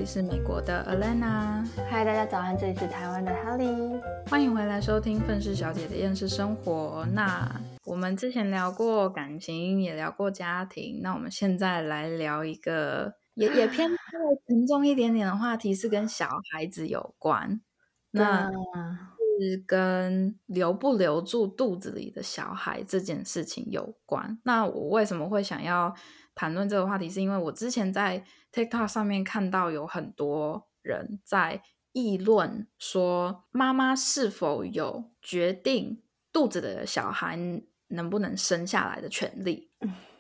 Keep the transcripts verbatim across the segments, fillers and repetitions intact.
是美国的 Alana。 嗨，大家早安，这里是台湾的 Holly， 欢迎回来收听愤世小姐的厌世生活。那我们之前聊过感情，也聊过家庭，那我们现在来聊一个也也偏沉重一点点的话题，是跟小孩子有关。那是跟留不留住肚子里的小孩这件事情有关。那我为什么会想要谈论这个话题，是因为我之前在 TikTok 上面看到有很多人在议论说，妈妈是否有决定肚子里的小孩能不能生下来的权利。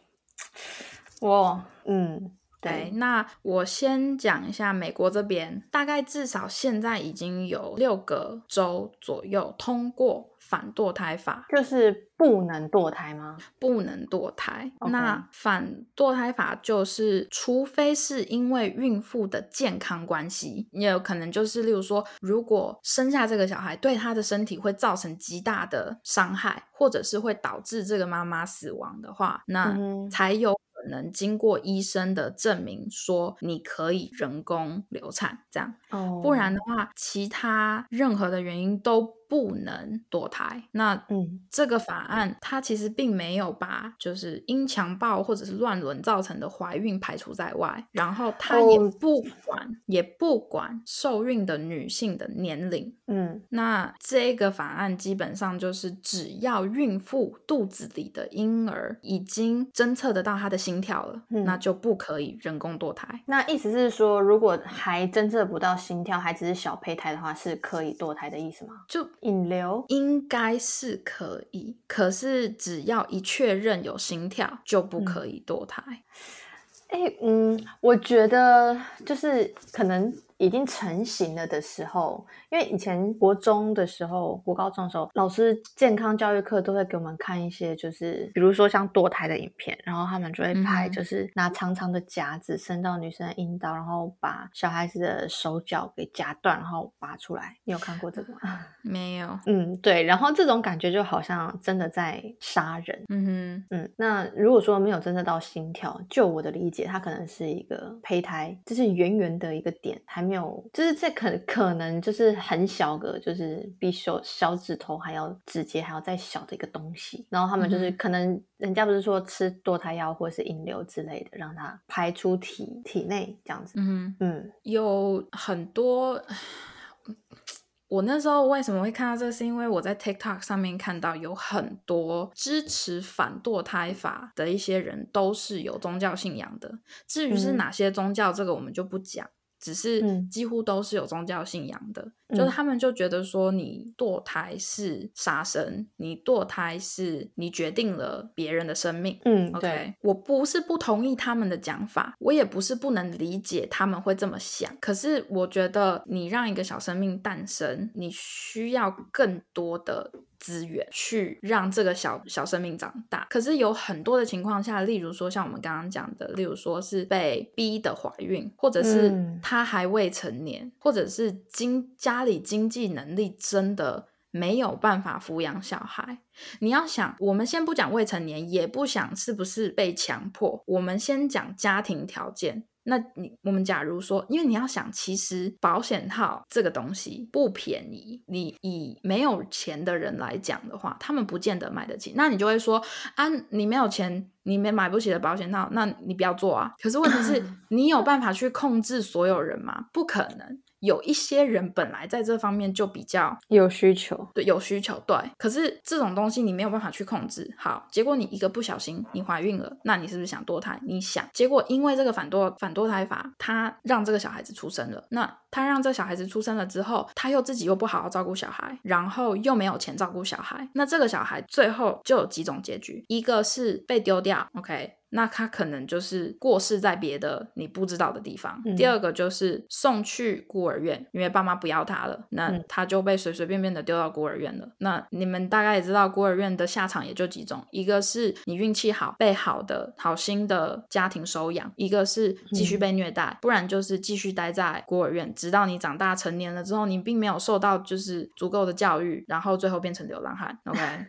我嗯对，那我先讲一下美国这边，大概至少现在已经有六个州左右通过反堕胎法。 就是不能堕胎吗？ 不能堕胎。 Okay. 那反堕胎法就是除非是因为孕妇的健康关系，也有可能就是例如说，如果生下这个小孩对她的身体会造成极大的伤害，或者是会导致这个妈妈死亡的话，那才有可能经过医生的证明说你可以人工流产这样。 Oh. 不然的话，其他任何的原因都不能堕胎。那这个法案它其实并没有把就是因强暴或者是乱伦造成的怀孕排除在外，然后它也不管、oh. 也不管受孕的女性的年龄。 嗯， 那这个法案基本上就是只要孕妇肚子里的婴儿已经侦测得到她的心跳了、嗯、那就不可以人工堕胎。 那意思是说，如果还侦测不到心跳，还只是小胚胎的话，是可以堕胎的意思吗？ 就引流应该是可以，可是只要一确认有心跳就不可以堕胎。 嗯欸、嗯，我觉得就是可能已经成型了的时候，因为以前国中的时候国高中的时候，老师健康教育课都会给我们看一些就是比如说像堕胎的影片，然后他们就会拍就是拿长长的夹子伸到女生的阴道，然后把小孩子的手脚给夹断然后拔出来。你有看过这个吗？ 没有。 嗯，对，然后这种感觉就好像真的在杀人。 嗯哼， 嗯，那如果说没有侦测到心跳，就我的理解它可能是一个胚胎，就是圆圆的一个点，还没有，就是这可可能就是很小个，就是比手小指头还要指节还要再小的一个东西，然后他们就是可能、嗯、人家不是说吃堕胎药或者是引流之类的让它排出体体内这样子。 嗯嗯，有很多我那时候为什么会看到这个，是因为我在 TikTok 上面看到有很多支持反堕胎法的一些人都是有宗教信仰的。至于是哪些宗教、嗯、这个我们就不讲，只是几乎都是有宗教信仰的、嗯、就是他们就觉得说你堕胎是杀生，你堕胎是你决定了别人的生命。 嗯 OK， 对， 我不是不同意他们的讲法，我也不是不能理解他们会这么想，可是我觉得你让一个小生命诞生，你需要更多的资源去让这个小小生命长大。可是有很多的情况下，例如说像我们刚刚讲的，例如说是被逼的怀孕，或者是他还未成年、嗯、或者是经家里经济能力真的没有办法抚养小孩。你要想，我们先不讲未成年，也不想是不是被强迫，我们先讲家庭条件。那你我们假如说，因为你要想，其实保险套这个东西不便宜，你以没有钱的人来讲的话，他们不见得买得起。那你就会说啊，你没有钱，你没买不起的保险套，那你不要做啊。可是问题是你有办法去控制所有人吗？不可能。有一些人本来在这方面就比较有需求， 对，有需求，对。可是这种东西你没有办法去控制。好，结果你一个不小心你怀孕了，那你是不是想堕胎？你想，结果因为这个反堕反堕胎法，他让这个小孩子出生了。那他让这个小孩子出生了之后，他又自己又不好好照顾小孩，然后又没有钱照顾小孩，那这个小孩最后就有几种结局，一个是被丢掉 OK，那他可能就是过世在别的你不知道的地方、嗯、第二个就是送去孤儿院，因为爸妈不要他了，那他就被随随便便的丢到孤儿院了。那你们大概也知道孤儿院的下场也就几种，一个是你运气好被好的好心的家庭收养，一个是继续被虐待、嗯、不然就是继续待在孤儿院，直到你长大成年了之后，你并没有受到就是足够的教育，然后最后变成流浪汉 OK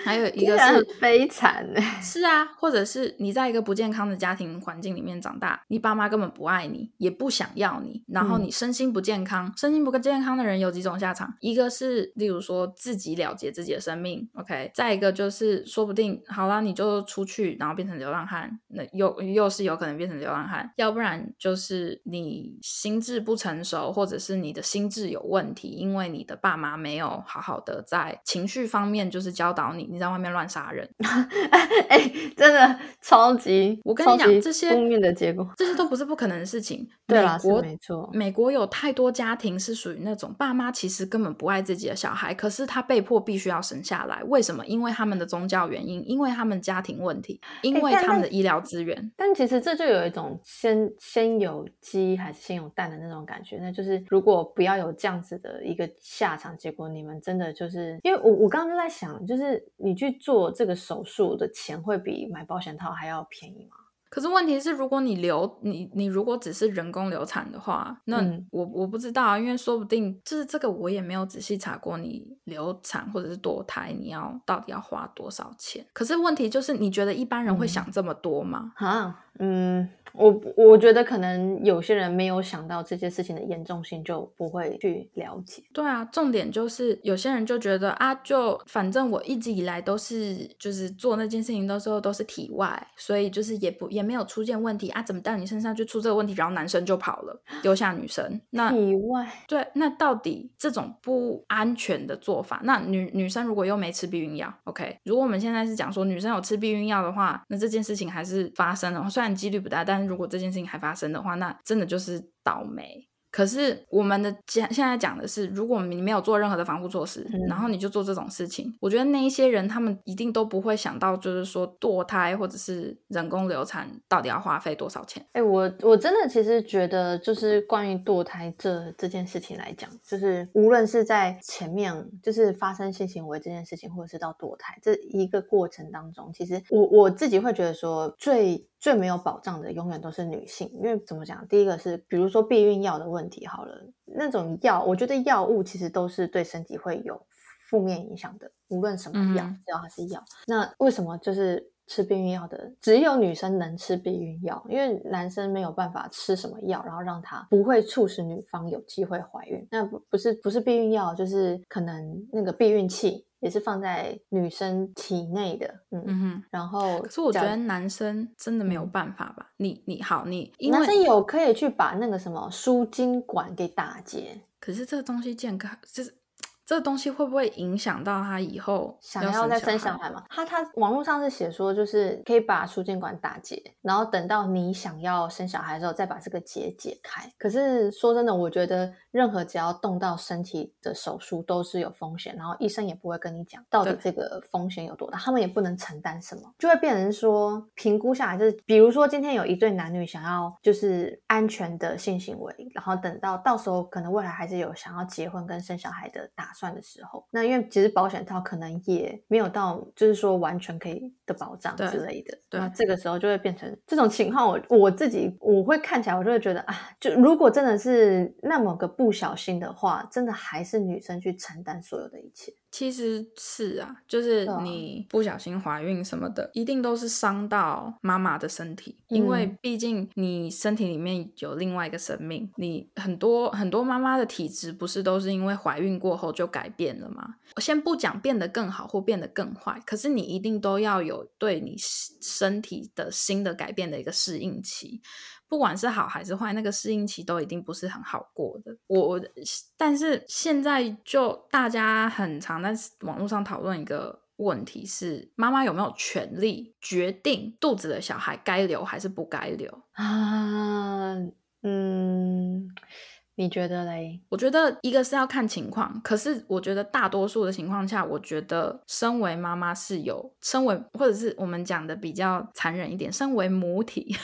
还有一听个是起来很悲惨欸。 是啊，或者是你在一个不健康的家庭环境里面长大，你爸妈根本不爱你，也不想要你，然后你嗯身心不健康，身心不健康的人有几种下场，一个是例如说自己了结自己的生命 OK， 再一个就是说不定好啦你就出去然后变成流浪汉，那又又是有可能变成流浪汉，要不然就是你心智不成熟，或者是你的心智有问题，因为你的爸妈没有好好的在情绪方面就是教导你，你在外面乱杀人哎、真的超级， 我跟你讲，这些负面的结果， 这些都不是不可能的事情。 对啦，是美国没错。 美国有太多家庭是属于那种爸妈其实根本不爱自己的小孩，可是他被迫必须要生下来。为什么？因为他们的宗教原因，因为他们家庭问题，因为他们的医疗资源。 但其实这就有一种先先有鸡还是先有蛋的那种感觉，那就是如果不要有这样子的一个下场，结果你们真的就是因为我我刚刚就在想，就是你去做这个手术的钱会比买保险套还要便宜吗？ 可是问题是，如果你流你你如果只是人工流产的话，那嗯我我不知道啊，因为说不定就是这个我也没有仔细查过，你流产或者是堕胎，你要到底要花多少钱？可是问题就是，你觉得一般人会想这么多吗？ 啊，嗯，我我觉得可能有些人没有想到这件事情的严重性，就不会去了解。 对啊，重点就是有些人就觉得啊，就反正我一直以来都是就是做那件事情的时候都是体外，所以就是也不也没有出现问题啊，怎么到你身上就出这个问题，然后男生就跑了，丢下女生。那体外， 对，那到底这种不安全的做法，那女女生如果又没吃避孕药 ，OK， 如果我们现在是讲说女生有吃避孕药的话，那这件事情还是发生了，虽然几率不大，但是如果这件事情还发生的话，那真的就是倒霉。可是我们的现在讲的是，如果你没有做任何的防护措施、嗯、然后你就做这种事情，我觉得那一些人他们一定都不会想到，就是说堕胎或者是人工流产到底要花费多少钱。 哎、欸，我我真的其实觉得，就是关于堕胎这这件事情来讲，就是无论是在前面就是发生性行为这件事情，或者是到堕胎这一个过程当中，其实我我自己会觉得说最最没有保障的永远都是女性，因为怎么讲，第一个是比如说避孕药的问题好了，那种药我觉得药物其实都是对身体会有负面影响的，无论什么药、嗯、只要它是药，那为什么就是吃避孕药的只有女生能吃避孕药，因为男生没有办法吃什么药然后让它不会促使女方有机会怀孕，那不是不是避孕药就是可能那个避孕器也是放在女生体内的，嗯，嗯哼，然后可是我觉得男生真的没有办法吧？嗯、你你好，你因为男生有可以去把那个什么输精管给打结， 可是这个东西健康就是这个东西会不会影响到他以后想要再生小孩吗？他他网络上是写说，就是可以把输精管打结，然后等到你想要生小孩的时候再把这个结解开。可是说真的，我觉得任何只要动到身体的手术都是有风险，然后医生也不会跟你讲到底这个风险有多大，他们也不能承担什么，就会变成说评估下来就是，比如说今天有一对男女想要就是安全的性行为，然后等到到时候可能未来还是有想要结婚跟生小孩的打算的时候，那因为其实保险套可能也没有到就是说完全可以的保障之类的，那这个时候就会变成这种情况，我我自己我会看起来我就会觉得啊，就如果真的是那么个不小心的话，真的还是女生去承担所有的一切。 其实是啊，就是你不小心怀孕什么的、啊、一定都是伤到妈妈的身体、嗯、因为毕竟你身体里面有另外一个生命，你很多很多妈妈的体质不是都是因为怀孕过后就改变了吗？我先不讲变得更好或变得更坏，可是你一定都要有对你身体的新的改变的一个适应期，不管是好还是坏，那个适应期都一定不是很好过的。我但是现在就大家很常在网络上讨论一个问题是，妈妈有没有权利决定肚子的小孩该留还是不该留啊？嗯，你觉得嘞？ 我觉得一个是要看情况，可是我觉得大多数的情况下，我觉得身为妈妈是有身为或者是我们讲的比较残忍一点，身为母体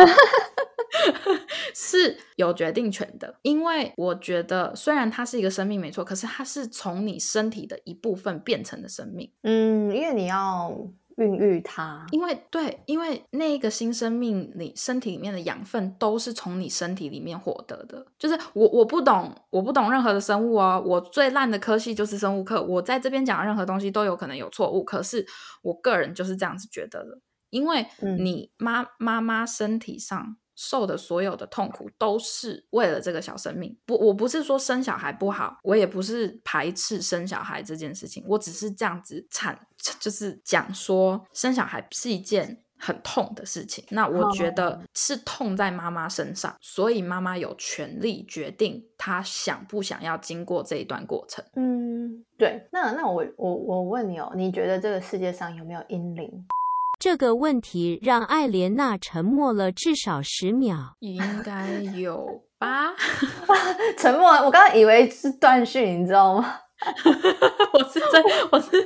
是有决定权的。因为我觉得虽然它是一个生命没错，可是它是从你身体的一部分变成的生命。 嗯，因为你要孕育它。 因为对，因为那个新生命你身体里面的养分都是从你身体里面获得的。就是我我不懂我不懂任何的生物哦，我最烂的科系就是生物课，我在这边讲的任何东西都有可能有错误，可是我个人就是这样子觉得的。因为你妈妈妈身体上受的所有的痛苦都是为了这个小生命。不，我不是说生小孩不好，我也不是排斥生小孩这件事情，我只是这样子产就是讲说生小孩是一件很痛的事情，那我觉得是痛在妈妈身上，所以妈妈有权利决定她想不想要经过这一段过程。 嗯，对。那那我我我问你哦，你觉得这个世界上有没有阴灵？ 这个问题让艾莲娜沉默了至少十秒。 应该有吧？ 沉默，我刚刚以为是断讯，你知道吗？ 我是在，我是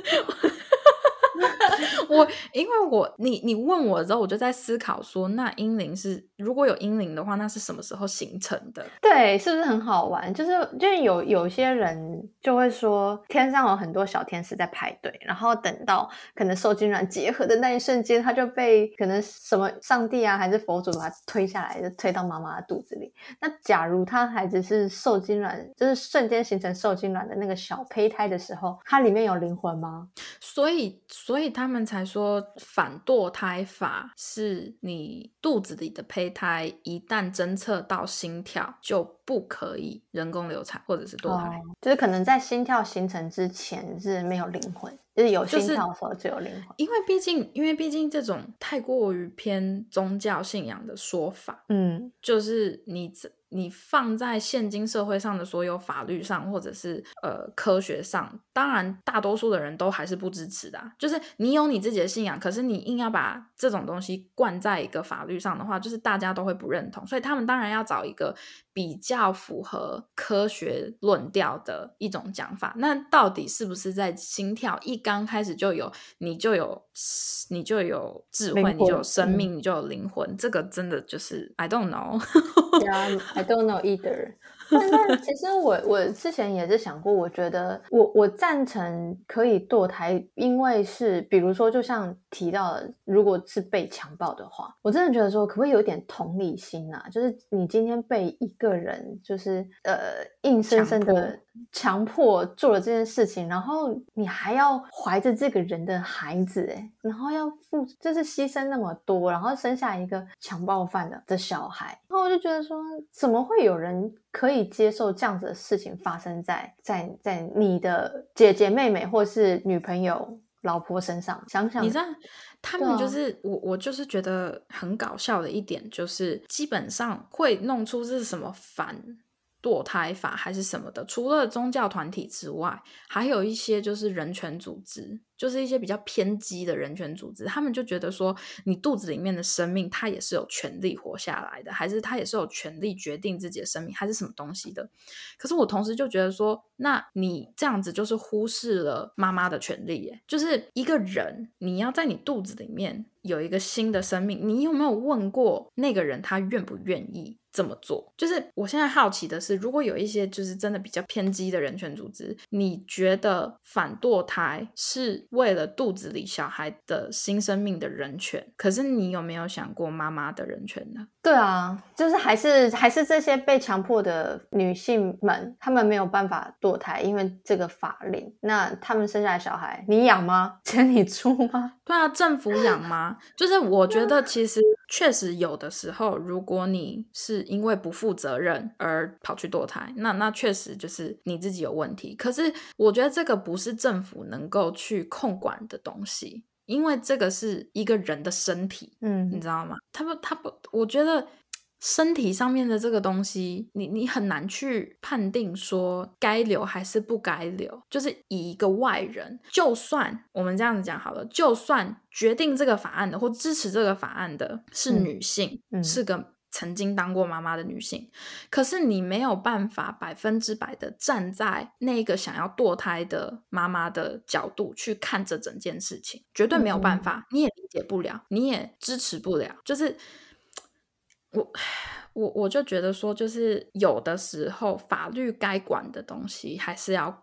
我，因为我你你问我之后，我就在思考说，那阴灵是如果有阴灵的话，那是什么时候形成的？ 对，是不是很好玩？就是就是有有些人就会说，天上有很多小天使在排队，然后等到可能受精卵结合的那一瞬间，他就被可能什么上帝啊，还是佛祖把他推下来，就推到妈妈的肚子里。那假如他还只是受精卵，就是瞬间形成受精卵的那个小胚胎的时候，它里面有灵魂吗？ 所以，所以他们才说反堕胎法是你肚子里的胚胎一旦侦测到心跳，就不可以人工流产或者是堕胎、 哦，就是可能在心跳形成之前是没有灵魂，就是有心跳的时候就有灵魂。 就是、因为毕竟，因为毕竟这种太过于偏宗教信仰的说法， 嗯， 就是你你放在现今社会上的所有法律上，或者是呃科学上，当然大多数的人都还是不支持的、啊。就是你有你自己的信仰，可是你硬要把这种东西灌在一个法律上的话，就是大家都会不认同，所以他们当然要找一个比较符合科学论调的一种讲法。那到底是不是在心跳一刚开始就有，你就有你就有智慧，你就有生命、嗯、你就有灵魂？这个真的就是 I don't know 。 Yeah, I don't know either. 但但其实我我之前也是想过，我觉得我我赞成可以堕胎，因为是比如说就像提到的，如果是被强暴的话，我真的觉得说可不可以有一点同理心啊？就是你今天被一个人就是呃硬生生的强迫做了这件事情，然后你还要怀着这个人的孩子，哎，然后要付就是牺牲那么多，然后生下一个强暴犯的的小孩，然后我就觉得说，怎么会有人可以接受这样子的事情发生在在在你的姐姐妹妹或是女朋友老婆身上？想想你知道他们就是、啊、我我就是觉得很搞笑的一点，就是基本上会弄出这是什么反堕胎法还是什么的，除了宗教团体之外，还有一些就是人权组织，就是一些比较偏激的人权组织，他们就觉得说你肚子里面的生命它也是有权利活下来的，还是它也是有权利决定自己的生命还是什么东西的。可是我同时就觉得说，那你这样子就是忽视了妈妈的权利耶。就是一个人你要在你肚子里面有一个新的生命，你有没有问过那个人他愿不愿意这么做？就是我现在好奇的是，如果有一些就是真的比较偏激的人权组织，你觉得反堕胎是为了肚子里小孩的新生命的人权，可是你有没有想过妈妈的人权呢？ 对啊，就是还是还是这些被强迫的女性们，她们没有办法堕胎，因为这个法令。那她们生下来小孩，你养吗？钱你出吗？ 对啊，政府养吗？就是我觉得其实确实有的时候，如果你是因为不负责任而跑去堕胎，那那确实就是你自己有问题。可是我觉得这个不是政府能够去控管的东西，因为这个是一个人的身体，嗯，你知道吗？他不，他不，我觉得身体上面的这个东西，你你很难去判定说该留还是不该留。就是以一个外人，就算我们这样子讲好了，就算决定这个法案的或支持这个法案的是女性，嗯嗯、是个曾经当过妈妈的女性，可是你没有办法百分之百的站在那个想要堕胎的妈妈的角度去看这整件事情，绝对没有办法，嗯、你也理解不了，你也支持不了。就是我我我就觉得说，就是有的时候法律该管的东西还是要管，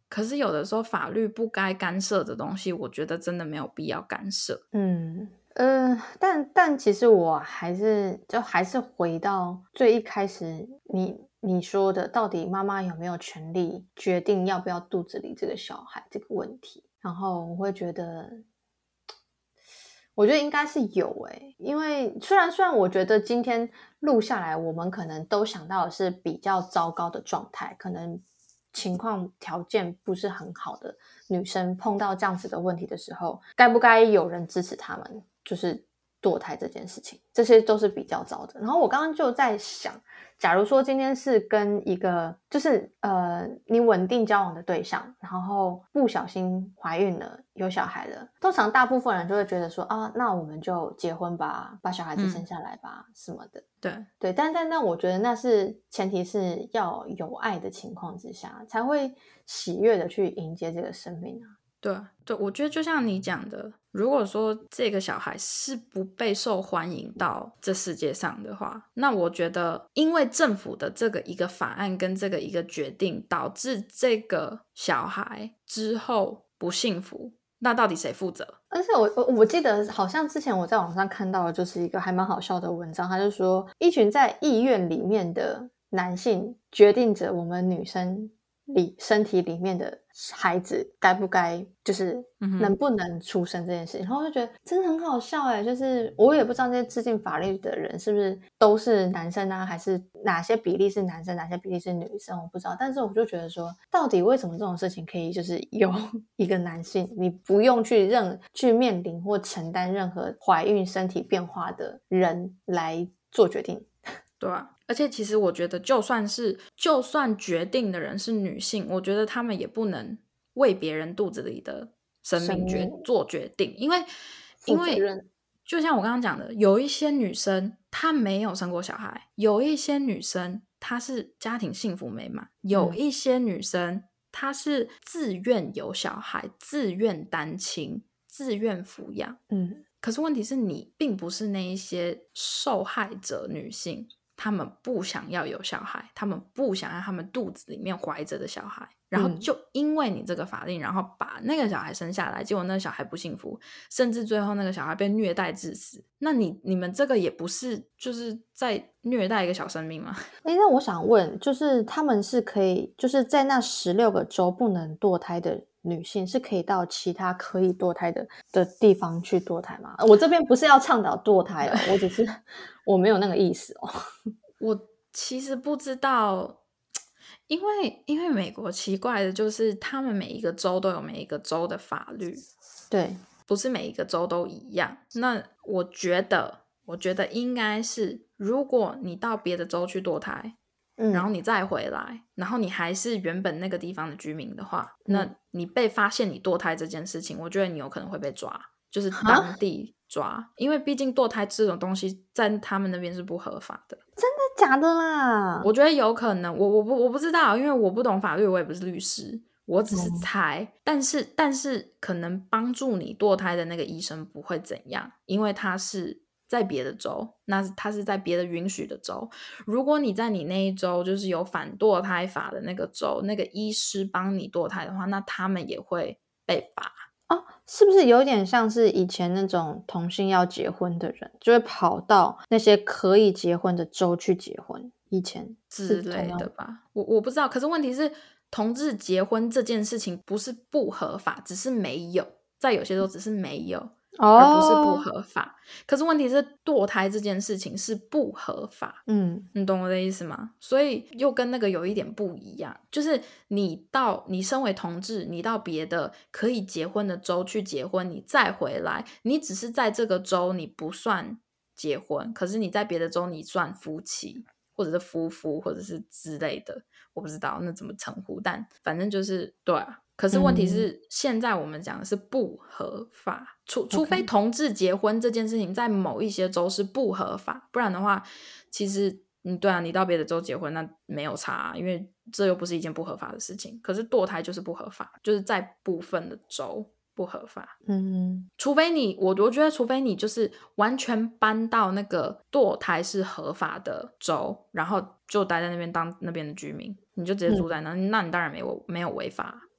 可是有的时候法律不该干涉的东西，我觉得真的没有必要干涉。 嗯呃，但但其实我还是就还是回到最一开始你你说的，到底妈妈有没有权利决定要不要肚子里这个小孩这个问题？然后我会觉得，我觉得应该是有诶、欸，因为虽然虽然我觉得今天录下来，我们可能都想到的是比较糟糕的状态，可能情况条件不是很好的女生碰到这样子的问题的时候，该不该有人支持他们就是堕胎这件事情，这些都是比较糟的。然后我刚刚就在想，假如说今天是跟一个就是呃你稳定交往的对象，然后不小心怀孕了有小孩了，通常大部分人就会觉得说啊，那我们就结婚吧，把小孩子生下来吧、嗯、什么的。 对对，但但但我觉得那是前提是要有爱的情况之下，才会喜悦的去迎接这个生命啊。 对对，我觉得就像你讲的，如果说这个小孩是不被受欢迎到这世界上的话，那我觉得因为政府的这个一个法案跟这个一个决定，导致这个小孩之后不幸福，那到底谁负责？ 而且我我我记得好像之前我在网上看到的就是一个还蛮好笑的文章，他就说一群在医院里面的男性决定着我们女生里身体里面的孩子该不该就是能不能出生这件事情、嗯、然后我就觉得真的很好笑耶，就是我也不知道这些制定法律的人是不是都是男生啊，还是哪些比例是男生哪些比例是女生我不知道，但是我就觉得说到底为什么这种事情可以就是由一个男性你不用去任去面临或承担任何怀孕身体变化的人来做决定。 对啊，而且其实我觉得就算是就算决定的人是女性，我觉得他们也不能为别人肚子里的生命决做决定，因为因为就像我刚刚讲的，有一些女生她没有生过小孩，有一些女生她是家庭幸福美满，有一些女生她是自愿有小孩，自愿单亲，自愿抚养。 嗯， 可是问题是你并不是那一些受害者女性，他们不想要有小孩，他们不想要他们肚子里面怀着的小孩，然后就因为你这个法令，然后把那个小孩生下来，结果那个小孩不幸福，甚至最后那个小孩被虐待致死，那你你们这个也不是就是在虐待一个小生命吗？ 诶，那我想问，就是他们是可以就是在那十六个州不能堕胎的女性是可以到其他可以堕胎的的地方去堕胎吗？我这边不是要倡导堕胎哦，我只是我没有那个意思哦。 我其实不知道，因为因为美国奇怪的就是他们每一个州都有每一个州的法律， 对， 不是每一个州都一样。那我觉得我觉得应该是如果你到别的州去堕胎、嗯、然后你再回来，然后你还是原本那个地方的居民的话、嗯、那你被发现你堕胎这件事情，我觉得你有可能会被抓，就是当地抓，因为毕竟堕胎这种东西在他们那边是不合法的。 真的假的啦？ 我觉得有可能，我我不我不知道，因为我不懂法律，我也不是律师，我只是猜、嗯、但是但是可能帮助你堕胎的那个医生不会怎样，因为他是在别的州，那他是在别的允许的州。如果你在你那一州就是有反堕胎法的那个州，那个医师帮你堕胎的话，那他们也会被罚。 哦，是不是有点像是以前那种同性要结婚的人就会跑到那些可以结婚的州去结婚，以前之类的吧，我我不知道。可是问题是同志结婚这件事情不是不合法，只是没有，在有些州只是没有、哦、而不是不合法。可是问题是堕胎这件事情是不合法，嗯，你懂我的意思吗？所以又跟那个有一点不一样，就是你到你身为同志，你到别的可以结婚的州去结婚，你再回来，你只是在这个州你不算结婚，可是你在别的州你算夫妻或者是夫妇或者是之类的，我不知道那怎么称呼，但反正就是对啊。可是问题是、嗯、现在我们讲的是不合法，除除非同志结婚这件事情在某一些州是不合法，不然的话其实嗯，对啊，你到别的州结婚那没有差、啊、因为这又不是一件不合法的事情。可是堕胎就是不合法，就是在部分的州不合法。嗯，除非你我我觉得除非你就是完全搬到那个堕胎是合法的州，然后就待在那边当那边的居民，你就直接住在那、嗯、那你当然没有没有违法。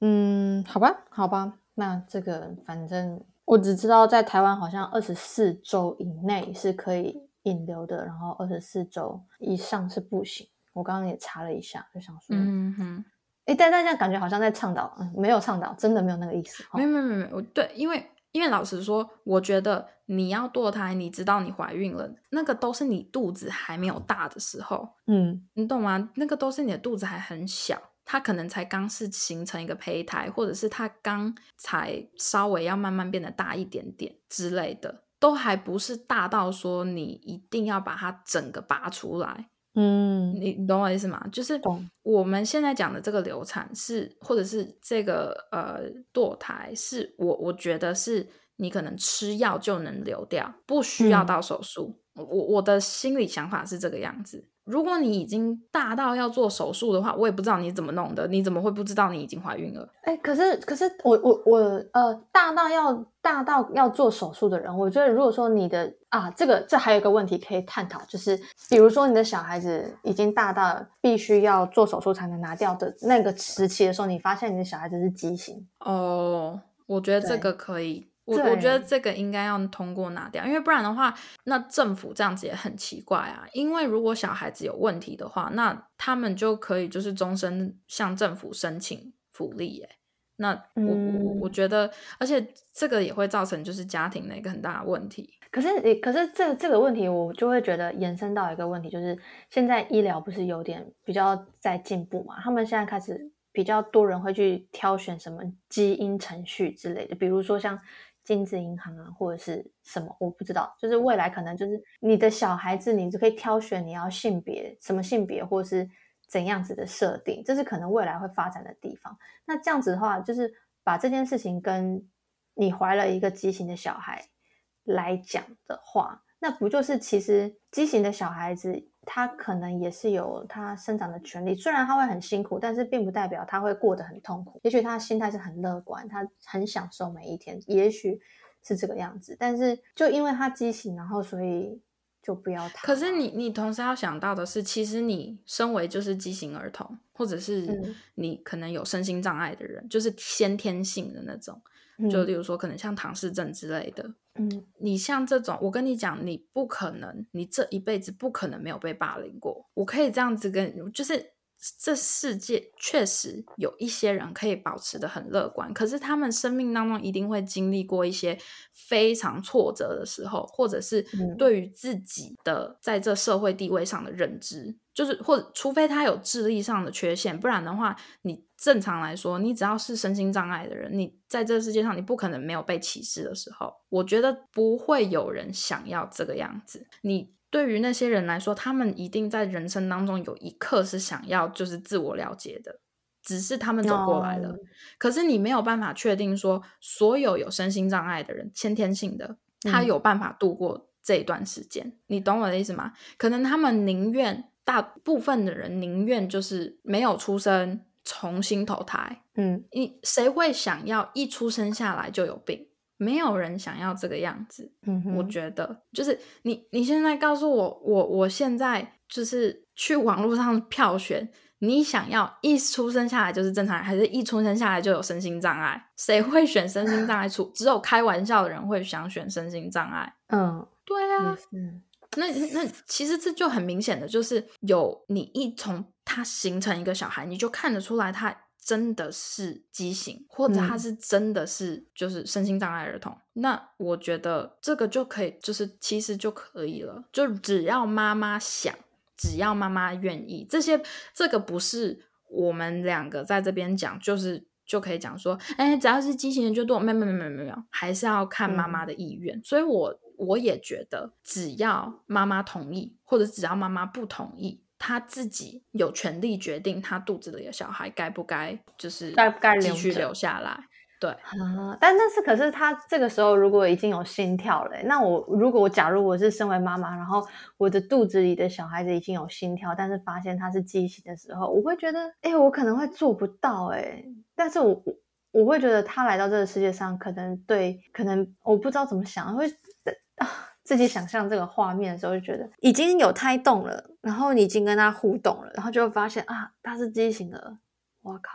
嗯，好吧，好吧，那这个反正我只知道在台湾好像二十四周以内是可以引流的，然后二十四周以上是不行。我刚刚也查了一下，就想说， 嗯哼， 哎，但大家感觉好像在倡导，嗯，没有倡导，真的没有那个意思。 没有没有没有，对，因为因为老实说，我觉得你要堕胎，你知道你怀孕了，那个都是你肚子还没有大的时候， 嗯， 你懂吗？那个都是你的肚子还很小。它可能才刚是形成一个胚胎，或者是它刚才稍微要慢慢变得大一点点之类的，都还不是大到说你一定要把它整个拔出来。 嗯， 你你懂我意思吗？就是懂我们现在讲的这个流产是，或者是这个呃堕胎，是我我觉得是你可能吃药就能流掉，不需要嗯到手术。我我的心理想法是这个样子。如果你已经大到要做手术的话，我也不知道你怎么弄的，你怎么会不知道你已经怀孕了？ 哎，可是可是我我我呃，大到要大到要做手术的人，我觉得如果说你的啊，这个这还有一个问题可以探讨，就是比如说你的小孩子已经大到必须要做手术才能拿掉的那个时期的时候，你发现你的小孩子是畸形， 哦，我觉得这对个可以。我我觉得对， 这个应该要通过拿掉，因为不然的话，那政府这样子也很奇怪啊。因为如果小孩子有问题的话，那他们就可以就是终身向政府申请福利耶。那我我我我嗯。 觉得，而且这个也会造成就是家庭的一个很大的问题。 可是你，可是这这个问题，我就会觉得延伸到一个问题，就是现在医疗不是有点比较在进步嘛？他们现在开始比较多人会去挑选什么基因程序之类的，比如说像精子银行啊，或者是什么，我不知道。就是未来可能就是你的小孩子，你就可以挑选你要性别什么性别，或是怎样子的设定，这是可能未来会发展的地方。那这样子的话，就是把这件事情跟你怀了一个畸形的小孩来讲的话，那不就是其实畸形的小孩子，他可能也是有他生长的权利，虽然他会很辛苦，但是并不代表他会过得很痛苦。也许他的心态是很乐观，他很享受每一天，也许是这个样子。但是就因为他畸形，然后所以就不要他。 可是你你同时要想到的是，其实你身为就是畸形儿童，或者是嗯你可能有身心障碍的人，就是先天性的那种，就嗯例如说可能像唐氏症之类的。 嗯你像这种，我跟你讲，你不可能，你这一辈子不可能没有被霸凌过。我可以这样子跟，就是这世界确实有一些人可以保持得很乐观，可是他们生命当中一定会经历过一些非常挫折的时候，或者是嗯对于自己的在这社会地位上的认知，就是或者除非他有智力上的缺陷，不然的话，你正常来说，你只要是身心障碍的人，你在这个世界上你不可能没有被歧视的时候，我觉得不会有人想要这个样子。你对于那些人来说，他们一定在人生当中有一刻是想要就是自我了解的，只是他们走过来了。 哦可是你没有办法确定说，所有有身心障碍的人，先天性的，他嗯有办法度过这一段时间。你懂我的意思吗？可能他们宁愿，大部分的人宁愿就是没有出生，重新投胎。 嗯你谁会想要一出生下来就有病？没有人想要这个样子。我嗯哼觉得就是你你现在告诉我，我我现在就是去网络上票选，你想要一出生下来就是正常人，还是一出生下来就有身心障碍？谁会选身心障碍？除只有开玩笑的人会想选身心障碍。 嗯， 对啊， 也是， 那那其实这就很明显的就是有你一从他形成一个小孩，你就看得出来他真的是畸形，或者他嗯是真的是就是身心障碍儿童。那我觉得这个就可以，就是其实就可以了，就只要妈妈想，只要妈妈愿意，这些这个不是我们两个在这边讲，就是就可以讲说，哎，只要是畸形的就多，没有没有没有没有，还是要看妈妈的意愿。所以我我也觉得，只要妈妈同意，或者只要妈妈不同意，她自己有权利决定她肚子里的小孩该不该就是该不该继续留着留下来。对， 啊，但但是可是他这个时候如果已经有心跳了欸，那我如果我假如我是身为妈妈，然后我的肚子里的小孩子已经有心跳，但是发现他是畸形的时候，我会觉得，哎、欸，我可能会做不到哎、欸，但是我我我会觉得他来到这个世界上，可能对，可能我不知道怎么想，会啊自己想象这个画面的时候，就觉得已经有胎动了，然后你已经跟他互动了，然后就会发现啊，他是畸形的，我靠。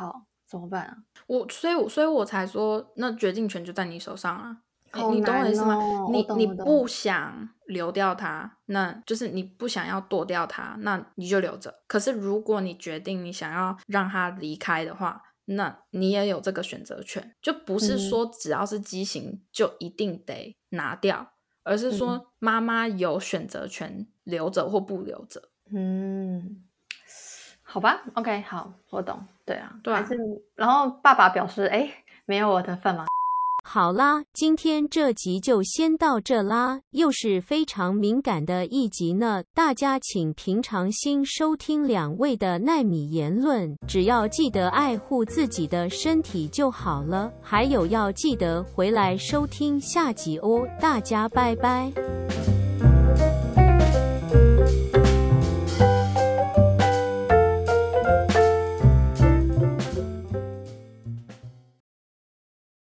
怎么办啊？ 我所以我所以我才说，那决定权就在你手上啊。 好你懂我的意思吗？ 难哦你我懂我懂你不想留掉它，那就是你不想要剁掉它，那你就留着。可是如果你决定你想要让它离开的话，那你也有这个选择权，就不是说只要是畸形就一定得拿掉，而是说妈妈有选择权留着或不留着。 嗯，好吧 ，OK， 好，我懂。对啊， 对啊还是然后爸爸表示，哎，没有我的份吗？ 好啦，今天这集就先到这啦，又是非常敏感的一集呢，大家请平常心收听两位的奈米言论，只要记得爱护自己的身体就好了，还有要记得回来收听下集哦，大家拜拜。